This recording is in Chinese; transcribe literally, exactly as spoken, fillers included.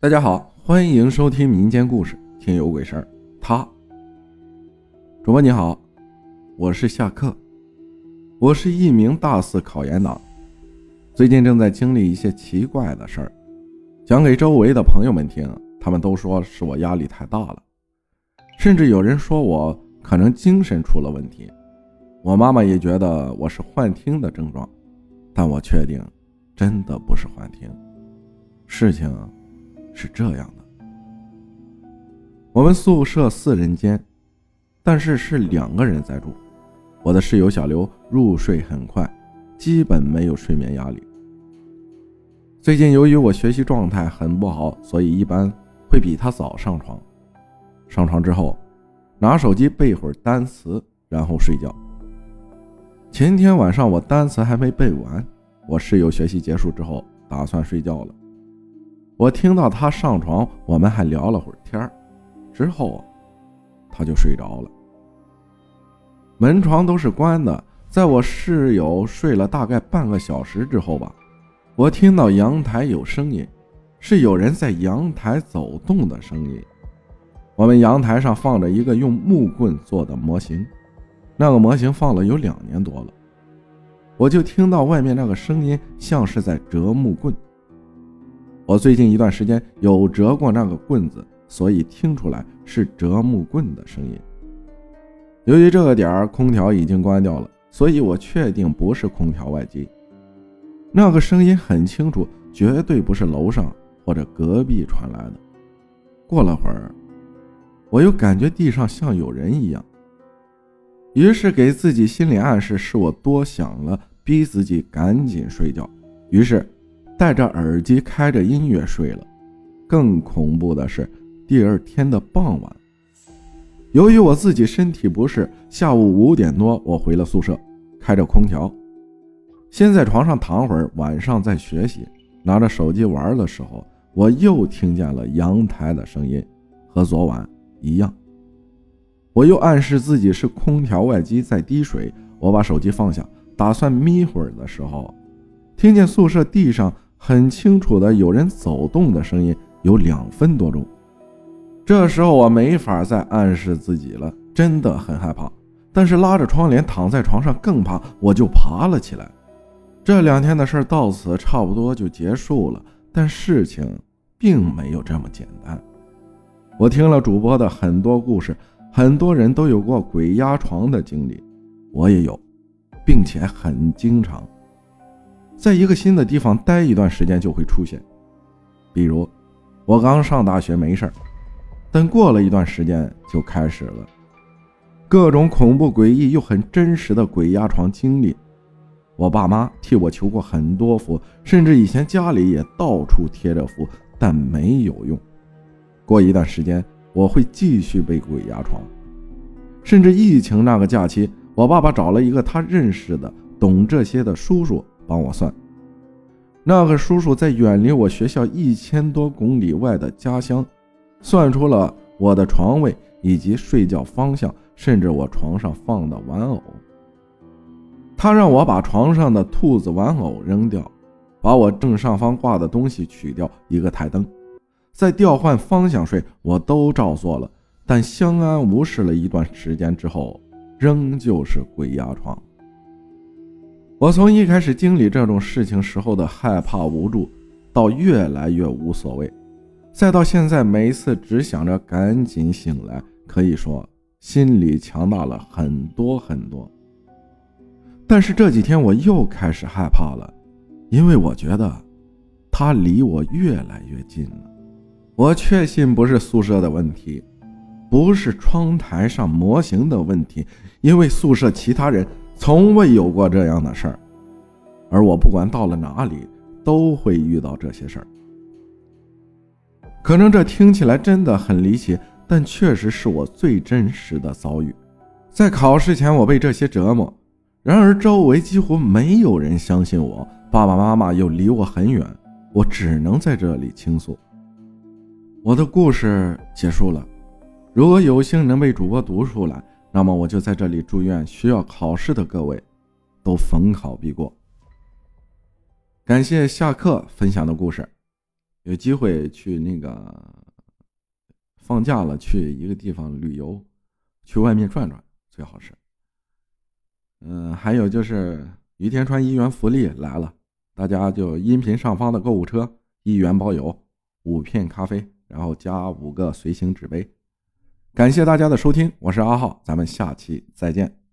大家好，欢迎收听民间故事听有鬼事儿。他主播你好，我是夏克，我是一名大四考研党，最近正在经历一些奇怪的事儿，讲给周围的朋友们听，他们都说是我压力太大了，甚至有人说我可能精神出了问题。我妈妈也觉得我是幻听的症状，但我确定真的不是幻听。事情是这样的，我们宿舍四人间，但是是两个人在住。我的室友小刘入睡很快，基本没有睡眠压力。最近由于我学习状态很不好，所以一般会比他早上床。上床之后拿手机背会儿单词，然后睡觉。前天晚上我单词还没背完，我室友学习结束之后打算睡觉了。我听到他上床，我们还聊了会儿天，之后他就睡着了。门窗都是关的，在我室友睡了大概半个小时之后吧，我听到阳台有声音，是有人在阳台走动的声音。我们阳台上放着一个用木棍做的模型，那个模型放了有两年多了，我就听到外面那个声音像是在折木棍。我最近一段时间有折过那个棍子，所以听出来是折木棍的声音。由于这个点儿空调已经关掉了，所以我确定不是空调外机。那个声音很清楚，绝对不是楼上或者隔壁传来的。过了会儿，我又感觉地上像有人一样，于是给自己心理暗示是我多想了，逼自己赶紧睡觉，于是戴着耳机开着音乐睡了。更恐怖的是第二天的傍晚，由于我自己身体不适，下午五点多我回了宿舍，开着空调，先在床上躺会儿，晚上再学习，拿着手机玩的时候，我又听见了阳台的声音，和昨晚一样。我又暗示自己是空调外机在滴水，我把手机放下，打算眯会儿的时候，听见宿舍地上很清楚的有人走动的声音，有两分多钟。这时候我没法再暗示自己了，真的很害怕，但是拉着窗帘躺在床上更怕，我就爬了起来。这两天的事到此差不多就结束了，但事情并没有这么简单。我听了主播的很多故事，很多人都有过鬼压床的经历，我也有，并且很经常。在一个新的地方待一段时间就会出现，比如我刚上大学没事儿，但过了一段时间就开始了各种恐怖诡异又很真实的鬼压床经历。我爸妈替我求过很多符，甚至以前家里也到处贴着符，但没有用。过一段时间我会继续被鬼压床，甚至疫情那个假期，我爸爸找了一个他认识的懂这些的叔叔帮我算。那个叔叔在远离我学校一千多公里外的家乡，算出了我的床位以及睡觉方向，甚至我床上放的玩偶。他让我把床上的兔子玩偶扔掉，把我正上方挂的东西取掉，一个台灯，再调换方向睡，我都照做了，但相安无事了一段时间之后，仍旧是鬼压床。我从一开始经历这种事情时候的害怕无助，到越来越无所谓，再到现在每一次只想着赶紧醒来，可以说心里强大了很多很多。但是这几天我又开始害怕了，因为我觉得他离我越来越近了。我确信不是宿舍的问题，不是窗台上模型的问题，因为宿舍其他人从未有过这样的事儿，而我不管到了哪里都会遇到这些事儿。可能这听起来真的很离奇，但确实是我最真实的遭遇。在考试前我被这些折磨，然而周围几乎没有人相信我，爸爸妈妈又离我很远，我只能在这里倾诉。我的故事结束了，如果有幸能被主播读出来，那么我就在这里祝愿需要考试的各位都逢考必过。感谢夏克分享的故事。 有机会去那个放假了，去一个地方旅游，去外面转转最好是。嗯，还有就是于田川一元福利来了，大家就音频上方的购物车一元包邮五片咖啡，然后加五个随行纸杯。感谢大家的收听，我是阿浩，咱们下期再见。